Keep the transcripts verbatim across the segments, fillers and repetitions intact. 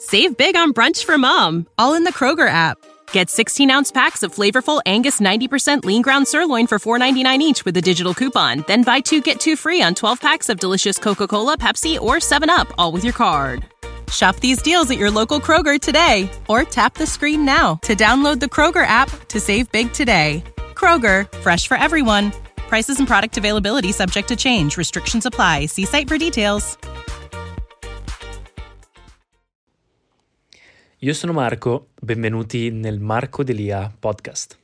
Save big on brunch for mom, all in the Kroger app. Get sixteen-ounce packs of flavorful Angus ninety percent lean ground sirloin for four ninety-nine each with a digital coupon. Then buy two, get two free on twelve packs of delicious Coca-Cola, Pepsi, or seven up, all with your card. Shop these deals at your local Kroger today, or tap the screen now to download the Kroger app to save big today. Kroger, fresh for everyone. Prices and product availability subject to change. Restrictions apply. See site for details. Io sono Marco, benvenuti nel Marco Delia podcast.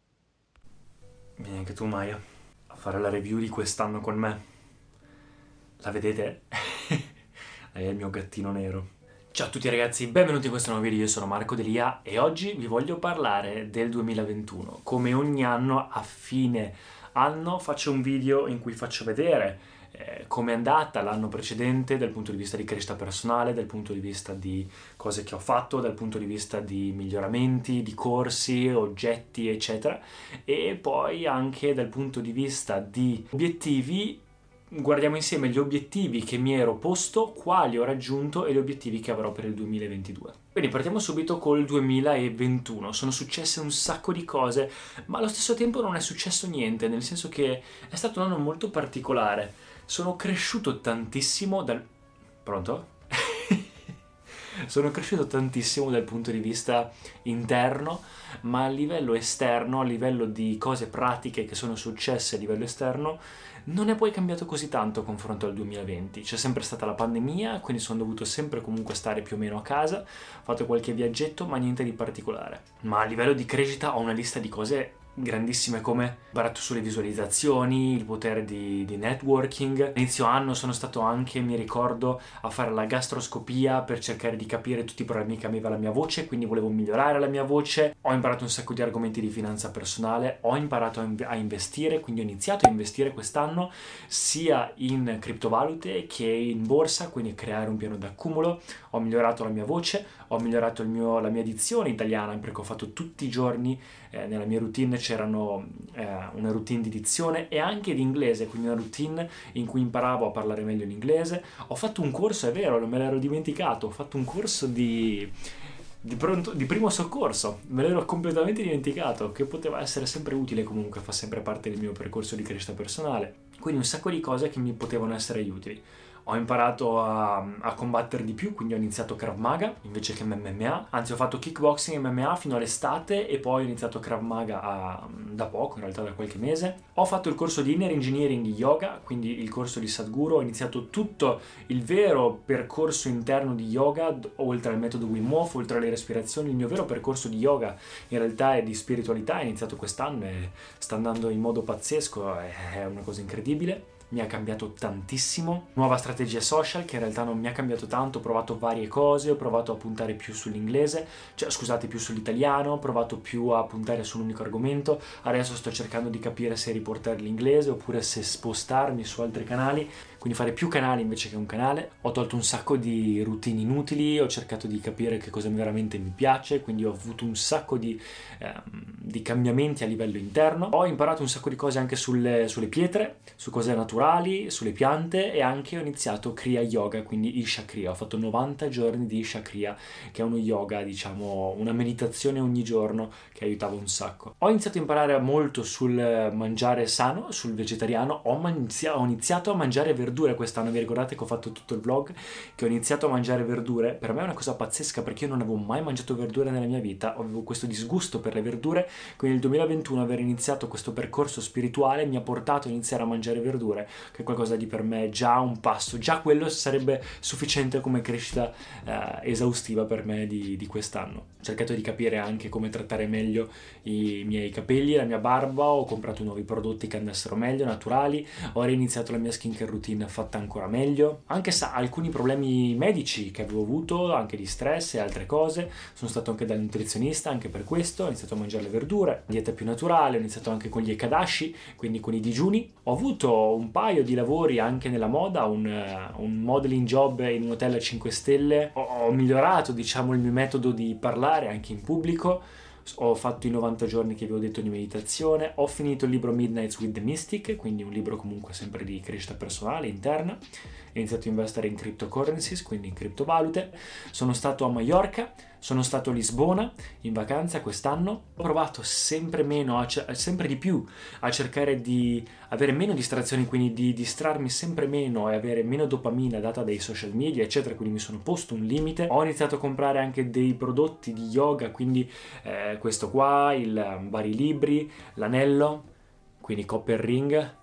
Vieni anche tu, Maya, a fare la review di quest'anno con me. La vedete? Lei è il mio gattino nero. Ciao a tutti ragazzi, benvenuti in questo nuovo video, io sono Marco Delia e oggi vi voglio parlare del duemilaventuno. Come ogni anno, a fine anno faccio un video in cui faccio vedere eh, come è andata l'anno precedente dal punto di vista di crescita personale, dal punto di vista di cose che ho fatto, dal punto di vista di miglioramenti, di corsi, oggetti, eccetera, e poi anche dal punto di vista di obiettivi. Guardiamo insieme gli obiettivi che mi ero posto, quali ho raggiunto e gli obiettivi che avrò per il duemilaventidue. Quindi partiamo subito col duemilaventuno. Sono successe un sacco di cose, ma allo stesso tempo non è successo niente, nel senso che è stato un anno molto particolare. Sono cresciuto tantissimo dal... Pronto? Sono cresciuto tantissimo dal punto di vista interno, ma a livello esterno, a livello di cose pratiche che sono successe a livello esterno, non è poi cambiato così tanto confronto al duemilaventi. C'è sempre stata la pandemia, quindi sono dovuto sempre comunque stare più o meno a casa, ho fatto qualche viaggetto, ma niente di particolare. Ma a livello di crescita ho una lista di cose grandissime, come imparato sulle visualizzazioni, il potere di, di networking. Inizio anno sono stato anche, mi ricordo, a fare la gastroscopia per cercare di capire tutti i problemi che aveva la mia voce, quindi volevo migliorare la mia voce. Ho imparato un sacco di argomenti di finanza personale, ho imparato a, a investire, quindi ho iniziato a investire quest'anno sia in criptovalute che in borsa, quindi creare un piano d'accumulo. Ho migliorato la mia voce, ho migliorato il mio, la mia dizione italiana, perché ho fatto tutti i giorni eh, nella mia routine c'erano eh, una routine di dizione e anche di inglese, quindi una routine in cui imparavo a parlare meglio l'inglese. Ho fatto un corso, è vero, non me l'ero dimenticato, ho fatto un corso di, di, pronto, di primo soccorso, me l'ero completamente dimenticato, che poteva essere sempre utile, comunque fa sempre parte del mio percorso di crescita personale. Quindi un sacco di cose che mi potevano essere utili. Ho imparato a, a combattere di più, quindi ho iniziato Krav Maga invece che M M A, anzi ho fatto kickboxing e M M A fino all'estate e poi ho iniziato Krav Maga a, da poco, in realtà da qualche mese. Ho fatto il corso di Inner Engineering Yoga, quindi il corso di Sadhguru, ho iniziato tutto il vero percorso interno di yoga, oltre al metodo Wim Hof, oltre alle respirazioni. Il mio vero percorso di yoga in realtà è di spiritualità, è iniziato quest'anno e sta andando in modo pazzesco, è una cosa incredibile. Mi ha cambiato tantissimo. Nuova strategia social che in realtà non mi ha cambiato tanto, ho provato varie cose, ho provato a puntare più sull'inglese, cioè scusate più sull'italiano, ho provato più a puntare su un unico argomento. Adesso sto cercando di capire se riportare l'inglese oppure se spostarmi su altri canali, quindi fare più canali invece che un canale. Ho tolto un sacco di routine inutili, ho cercato di capire che cosa veramente mi piace, quindi ho avuto un sacco di, eh, di cambiamenti a livello interno. Ho imparato un sacco di cose anche sulle, sulle pietre, su cose naturali, sulle piante, e anche ho iniziato Kriya Yoga, quindi Isha Kriya. Ho fatto novanta giorni di Isha Kriya, che è uno yoga, diciamo, una meditazione ogni giorno che aiutava un sacco. Ho iniziato a imparare molto sul mangiare sano, sul vegetariano. Ho, manzia- ho iniziato a mangiare verdure quest'anno. Vi ricordate che ho fatto tutto il vlog che ho iniziato a mangiare verdure? Per me è una cosa pazzesca, perché io non avevo mai mangiato verdure nella mia vita, avevo questo disgusto per le verdure, quindi nel duemilaventuno aver iniziato questo percorso spirituale mi ha portato a iniziare a mangiare verdure, che è qualcosa di per me già un passo, già quello sarebbe sufficiente come crescita eh, esaustiva per me di, di quest'anno. Ho cercato di capire anche come trattare meglio i miei capelli, la mia barba, ho comprato nuovi prodotti che andassero meglio, naturali, ho reiniziato la mia skincare routine fatta ancora meglio, anche se alcuni problemi medici che avevo avuto, anche di stress e altre cose. Sono stato anche dal nutrizionista anche per questo, ho iniziato a mangiare le verdure, dieta più naturale, ho iniziato anche con gli ekadashi, quindi con i digiuni. Ho avuto un paio di lavori anche nella moda, un, un modeling job in un hotel a cinque stelle, ho, ho migliorato diciamo il mio metodo di parlare anche in pubblico, ho fatto i novanta giorni che vi ho detto di meditazione, ho finito il libro Midnights with the Mystic, quindi un libro comunque sempre di crescita personale, interna, ho iniziato a investire in cryptocurrencies, quindi in criptovalute, sono stato a Maiorca, sono stato a Lisbona in vacanza quest'anno, ho provato sempre meno, a c- sempre di più a cercare di avere meno distrazioni, quindi di distrarmi sempre meno e avere meno dopamina data dai social media, eccetera, quindi mi sono posto un limite. Ho iniziato a comprare anche dei prodotti di yoga, quindi eh, questo qua, il, vari libri, l'anello, quindi Copper Ring,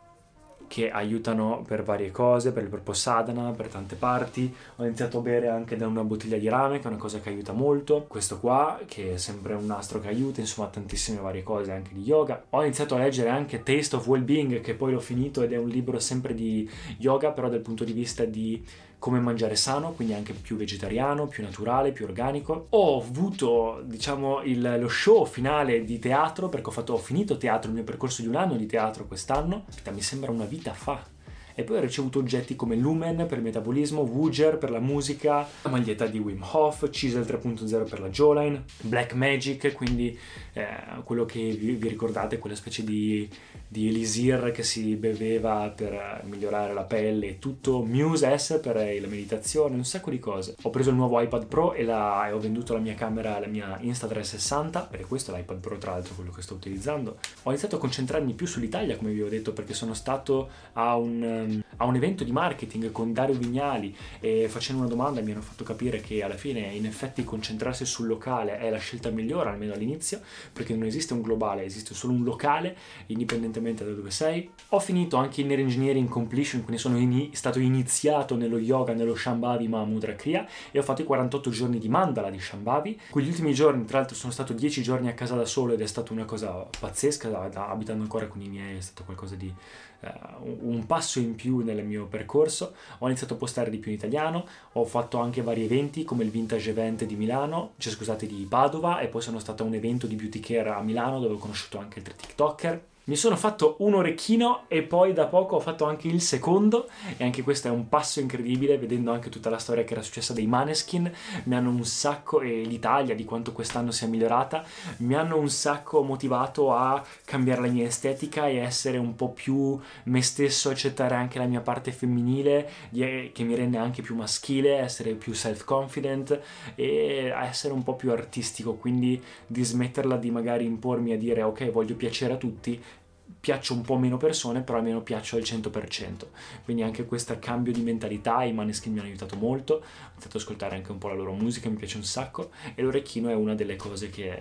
che aiutano per varie cose, per il Purpose Sadhana, per tante parti. Ho iniziato a bere anche da una bottiglia di rame, che è una cosa che aiuta molto. Questo qua, che è sempre un nastro che aiuta, insomma tantissime varie cose anche di yoga. Ho iniziato a leggere anche Taste of Wellbeing, che poi l'ho finito ed è un libro sempre di yoga, però dal punto di vista di come mangiare sano, quindi anche più vegetariano, più naturale, più organico. Ho avuto, diciamo, il, lo show finale di teatro, perché ho, fatto, ho finito teatro, il mio percorso di un anno di teatro quest'anno. Mi sembra una vita fa. E poi ho ricevuto oggetti come Lumen per il metabolismo, Wooger per la musica, la maglietta di Wim Hof, Chisel tre punto zero per la jawline, Black Magic, quindi eh, quello che vi, vi ricordate, quella specie di, di elisir che si beveva per migliorare la pelle e tutto, Muse S per la meditazione, un sacco di cose. Ho preso il nuovo iPad Pro e, la, e ho venduto la mia camera, la mia Insta360, perché questo è l'iPad Pro tra l'altro quello che sto utilizzando. Ho iniziato a concentrarmi più sull'Italia, come vi ho detto, perché sono stato a un a un evento di marketing con Dario Vignali e facendo una domanda mi hanno fatto capire che alla fine in effetti concentrarsi sul locale è la scelta migliore, almeno all'inizio, perché non esiste un globale, esiste solo un locale indipendentemente da dove sei. Ho finito anche in Inner Engineering Completion, quindi sono in- stato iniziato nello yoga, nello Shambhavi Mahamudra Kriya, e ho fatto i quarantotto giorni di mandala di Shambhavi. Quegli ultimi giorni, tra l'altro, sono stato dieci giorni a casa da solo ed è stata una cosa pazzesca, da, da, abitando ancora con i miei, è stato qualcosa di Uh, un passo in più nel mio percorso. Ho iniziato a postare di più in italiano, ho fatto anche vari eventi come il Vintage Event di Milano, cioè scusate di Padova, e poi sono stato a un evento di beauty care a Milano dove ho conosciuto anche altri TikToker. Mi sono fatto un orecchino e poi da poco ho fatto anche il secondo, e anche questo è un passo incredibile, vedendo anche tutta la storia che era successa dei Maneskin. Mi hanno un sacco, e l'Italia di quanto quest'anno sia migliorata, mi hanno un sacco motivato a cambiare la mia estetica e essere un po' più me stesso, accettare anche la mia parte femminile che mi rende anche più maschile, essere più self-confident e essere un po' più artistico, quindi di smetterla di magari impormi a dire ok, voglio piacere a tutti, piaccio un po' meno persone, però almeno piaccio al cento per cento. Quindi anche questo cambio di mentalità, i Maneskin mi hanno aiutato molto. Ho iniziato ad ascoltare anche un po' la loro musica, mi piace un sacco, e l'orecchino è una delle cose che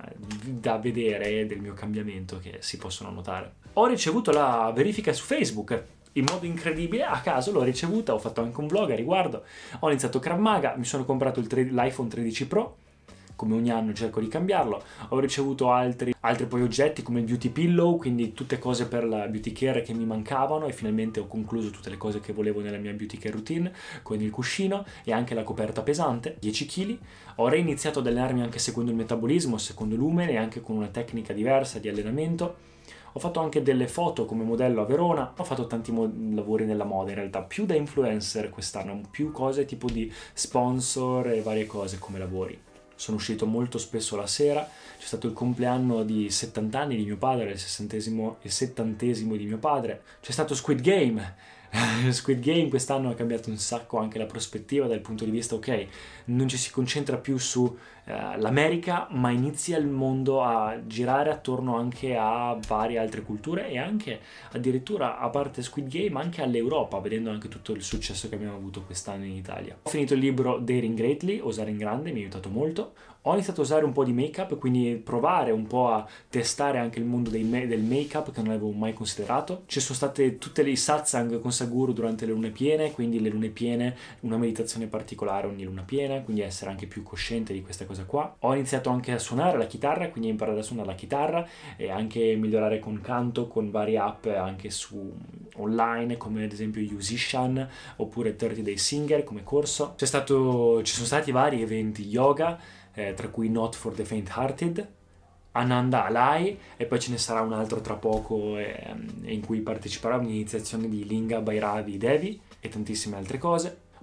da vedere del mio cambiamento che si possono notare. Ho ricevuto la verifica su Facebook in modo incredibile, a caso l'ho ricevuta, ho fatto anche un vlog a riguardo, ho iniziato Krav Maga, mi sono comprato il tre, l'iPhone tredici Pro, come ogni anno cerco di cambiarlo. Ho ricevuto altri, altri poi oggetti come il Beauty Pillow, quindi tutte cose per la beauty care che mi mancavano, e finalmente ho concluso tutte le cose che volevo nella mia beauty care routine, con il cuscino e anche la coperta pesante, dieci chili. Ho reiniziato ad allenarmi anche secondo il metabolismo, secondo Lumen, e anche con una tecnica diversa di allenamento. Ho fatto anche delle foto come modello a Verona, ho fatto tanti mo- lavori nella moda, in realtà più da influencer quest'anno, più cose tipo di sponsor e varie cose come lavori. Sono uscito molto spesso la sera, c'è stato il compleanno di settanta anni di mio padre, il sessantesimo, il settantesimo di mio padre, c'è stato Squid Game. Squid Game quest'anno ha cambiato un sacco anche la prospettiva dal punto di vista, ok, non ci si concentra più su eh, l'America, ma inizia il mondo a girare attorno anche a varie altre culture, e anche addirittura, a parte Squid Game, anche all'Europa, vedendo anche tutto il successo che abbiamo avuto quest'anno in Italia. Ho finito il libro Daring Greatly, Osare in Grande, mi ha aiutato molto. Ho iniziato a usare un po' di make-up, quindi provare un po' a testare anche il mondo dei me- del make-up che non avevo mai considerato. Ci sono state tutte le satsang con Sadhguru durante le lune piene, quindi le lune piene, una meditazione particolare ogni luna piena, quindi essere anche più cosciente di questa cosa qua. Ho iniziato anche a suonare la chitarra, quindi ho imparato a suonare la chitarra e anche migliorare con canto, con varie app anche su online, come ad esempio Musician oppure thirty day singer come corso. C'è stato, ci sono stati vari eventi yoga, Eh, tra cui Not for the Faint-Hearted, Ananda Alai, e poi ce ne sarà un altro tra poco eh, in cui parteciperà a un'iniziazione di Linga Bhairavi Devi e tantissime altre cose.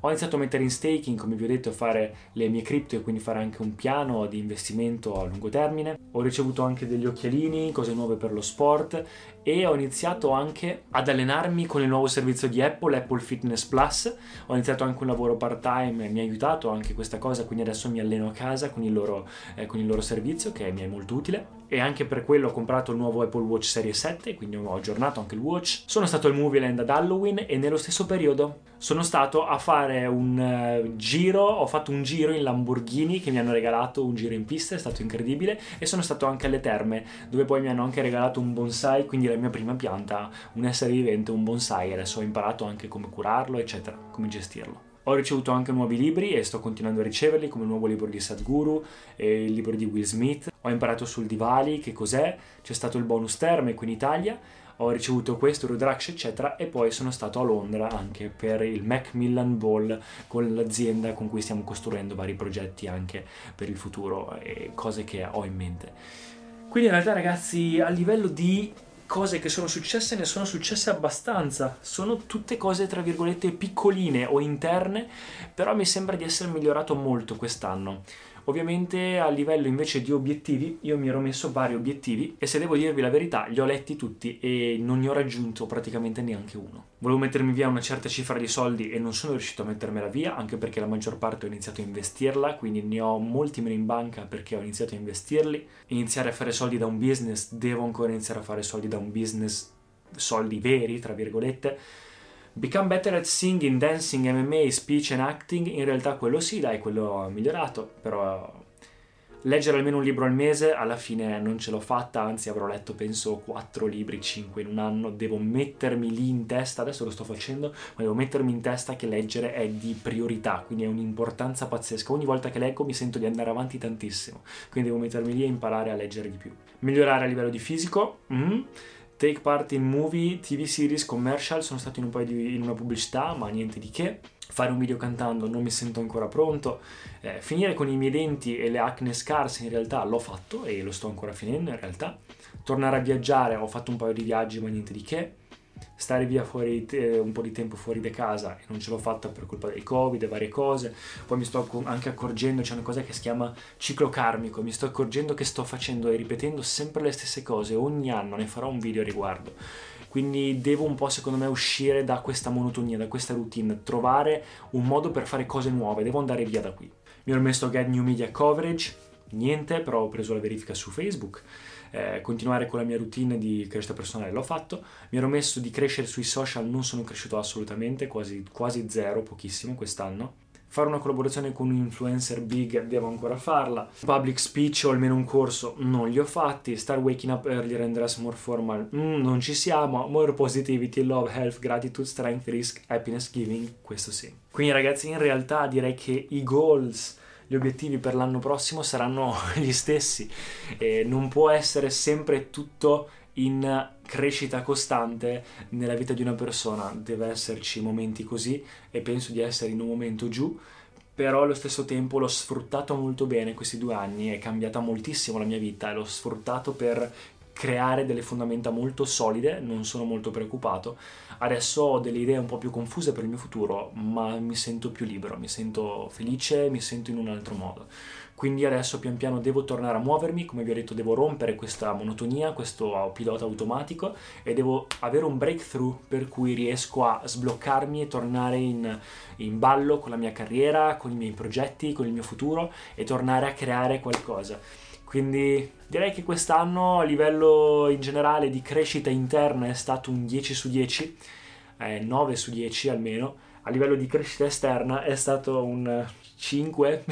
Ho iniziato a mettere in staking, come vi ho detto, a fare le mie cripto e quindi fare anche un piano di investimento a lungo termine. Ho ricevuto anche degli occhialini, cose nuove per lo sport, e ho iniziato anche ad allenarmi con il nuovo servizio di Apple, Apple Fitness Plus. Ho iniziato anche un lavoro part-time, mi ha aiutato anche questa cosa, quindi adesso mi alleno a casa con il loro, eh, con il loro servizio, che mi è molto utile. E anche per quello ho comprato il nuovo Apple Watch Serie sette, quindi ho aggiornato anche il watch. Sono stato al Movieland ad Halloween e nello stesso periodo sono stato a fare un uh, giro, ho fatto un giro in Lamborghini che mi hanno regalato, un giro in pista, è stato incredibile, e sono stato anche alle terme, dove poi mi hanno anche regalato un bonsai, quindi la mia prima pianta, un essere vivente, un bonsai. Adesso ho imparato anche come curarlo, eccetera, come gestirlo. Ho ricevuto anche nuovi libri e sto continuando a riceverli, come il nuovo libro di Sadhguru e il libro di Will Smith. Ho imparato sul Diwali che cos'è, c'è stato il bonus terme qui in Italia, ho ricevuto questo, Rudraksha, eccetera, e poi sono stato a Londra anche per il Macmillan Ball con l'azienda con cui stiamo costruendo vari progetti anche per il futuro e cose che ho in mente. Quindi in realtà, ragazzi, a livello di cose che sono successe, ne sono successe abbastanza. Sono tutte cose tra virgolette piccoline o interne, però mi sembra di essere migliorato molto quest'anno. Ovviamente a livello invece di obiettivi, io mi ero messo vari obiettivi e, se devo dirvi la verità, li ho letti tutti e non ne ho raggiunto praticamente neanche uno. Volevo mettermi via una certa cifra di soldi e non sono riuscito a mettermela via, anche perché la maggior parte ho iniziato a investirla, quindi ne ho molti meno in banca perché ho iniziato a investirli. Iniziare a fare soldi da un business, devo ancora iniziare a fare soldi da un business, soldi veri, tra virgolette. Become better at singing, dancing, M M A, speech and acting, in realtà quello sì, dai, quello ho migliorato, però leggere almeno un libro al mese alla fine non ce l'ho fatta, anzi avrò letto penso quattro libri, cinque in un anno. Devo mettermi lì in testa, adesso lo sto facendo, ma devo mettermi in testa che leggere è di priorità, quindi è un'importanza pazzesca. Ogni volta che leggo mi sento di andare avanti tantissimo, quindi devo mettermi lì e imparare a leggere di più. Migliorare a livello di fisico, mm. Take part in movie, T V series, commercial, sono stato in un paio di, in una pubblicità, ma niente di che. Fare un video cantando non mi sento ancora pronto. Eh, finire con i miei denti e le acne scarse in realtà l'ho fatto e lo sto ancora finendo in realtà. Tornare a viaggiare, ho fatto un paio di viaggi ma niente di che. Stare via fuori eh, un po' di tempo fuori da casa e non ce l'ho fatta per colpa del Covid e varie cose. Poi mi sto anche accorgendo, c'è una cosa che si chiama ciclo karmico, mi sto accorgendo che sto facendo e ripetendo sempre le stesse cose ogni anno, ne farò un video a riguardo. Quindi devo un po', secondo me, uscire da questa monotonia, da questa routine, trovare un modo per fare cose nuove, devo andare via da qui. Mi ero messo Get New Media Coverage, niente, però ho preso la verifica su Facebook. Eh, continuare con la mia routine di crescita personale l'ho fatto. Mi ero messo di crescere sui social, non sono cresciuto assolutamente, quasi, quasi zero, pochissimo quest'anno. Fare una collaborazione con un influencer big, devo ancora farla. Public speech o almeno un corso, non li ho fatti. Start waking up earlier and dress more formal, mm, non ci siamo. More positivity, love, health, gratitude, strength, risk, happiness, giving, questo sì. Quindi ragazzi, in realtà direi che i goals, gli obiettivi per l'anno prossimo saranno gli stessi. E non può essere sempre tutto in crescita costante nella vita di una persona, deve esserci momenti così e penso di essere in un momento giù, però allo stesso tempo l'ho sfruttato molto bene questi due anni, è cambiata moltissimo la mia vita e l'ho sfruttato per creare delle fondamenta molto solide, non sono molto preoccupato. Adesso ho delle idee un po' più confuse per il mio futuro, ma mi sento più libero, mi sento felice, mi sento in un altro modo. Quindi adesso pian piano devo tornare a muovermi, come vi ho detto devo rompere questa monotonia, questo pilota automatico e devo avere un breakthrough per cui riesco a sbloccarmi e tornare in, in ballo con la mia carriera, con i miei progetti, con il mio futuro e tornare a creare qualcosa. Quindi direi che quest'anno a livello in generale di crescita interna è stato un dieci su dieci, eh, nove su dieci almeno. A livello di crescita esterna è stato un cinque,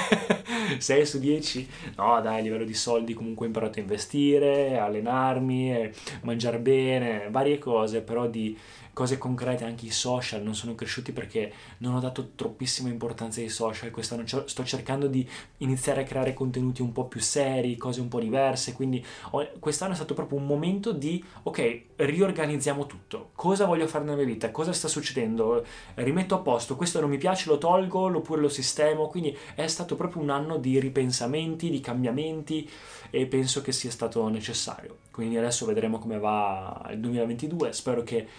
sei su dieci. No dai, a livello di soldi comunque ho imparato a investire, a allenarmi, a mangiare bene, varie cose, però di cose concrete, anche i social non sono cresciuti perché non ho dato troppissima importanza ai social. Quest'anno sto cercando di iniziare a creare contenuti un po' più seri, cose un po' diverse, quindi ho, quest'anno è stato proprio un momento di ok, riorganizziamo tutto, cosa voglio fare nella mia vita, cosa sta succedendo, rimetto a posto, questo non mi piace, lo tolgo oppure lo sistemo. Quindi è stato proprio un anno di ripensamenti, di cambiamenti e penso che sia stato necessario. Quindi adesso vedremo come va il duemilaventidue, spero che il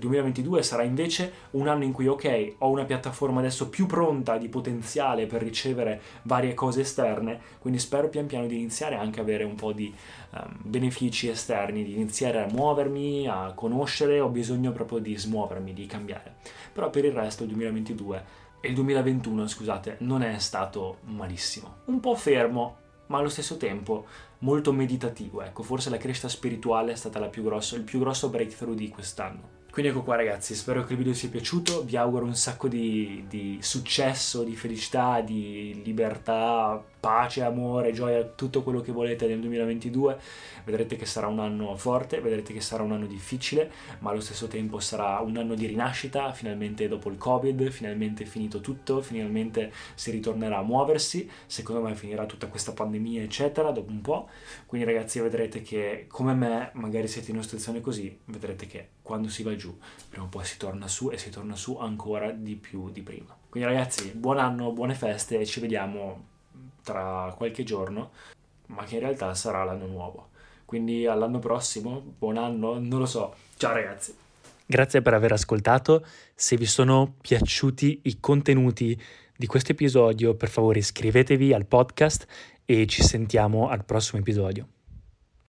duemilaventidue sarà invece un anno in cui, ok, ho una piattaforma adesso più pronta di potenziale per ricevere varie cose esterne, quindi spero pian piano di iniziare anche a avere un po' di um, benefici esterni, di iniziare a muovermi, a conoscere, ho bisogno proprio di smuovermi, di cambiare. Però per il resto il duemilaventidue e il duemilaventuno, scusate, non è stato malissimo. Un po' fermo, ma allo stesso tempo molto meditativo, ecco, forse la crescita spirituale è stata la più grosso, il più grosso breakthrough di quest'anno. Quindi ecco qua ragazzi, spero che il video vi sia piaciuto, vi auguro un sacco di, di successo, di felicità, di libertà, pace, amore, gioia, tutto quello che volete nel duemilaventidue. Vedrete che sarà un anno forte, vedrete che sarà un anno difficile, ma allo stesso tempo sarà un anno di rinascita, finalmente dopo il Covid, finalmente finito tutto, finalmente si ritornerà a muoversi, secondo me finirà tutta questa pandemia eccetera dopo un po', quindi ragazzi vedrete che come me, magari siete in una situazione così, vedrete che quando si va giù, prima o poi si torna su e si torna su ancora di più di prima. Quindi ragazzi, buon anno, buone feste e ci vediamo tra qualche giorno, ma che in realtà sarà l'anno nuovo. Quindi all'anno prossimo, buon anno, non lo so. Ciao ragazzi. Grazie per aver ascoltato. Se vi sono piaciuti i contenuti di questo episodio, per favore iscrivetevi al podcast e ci sentiamo al prossimo episodio.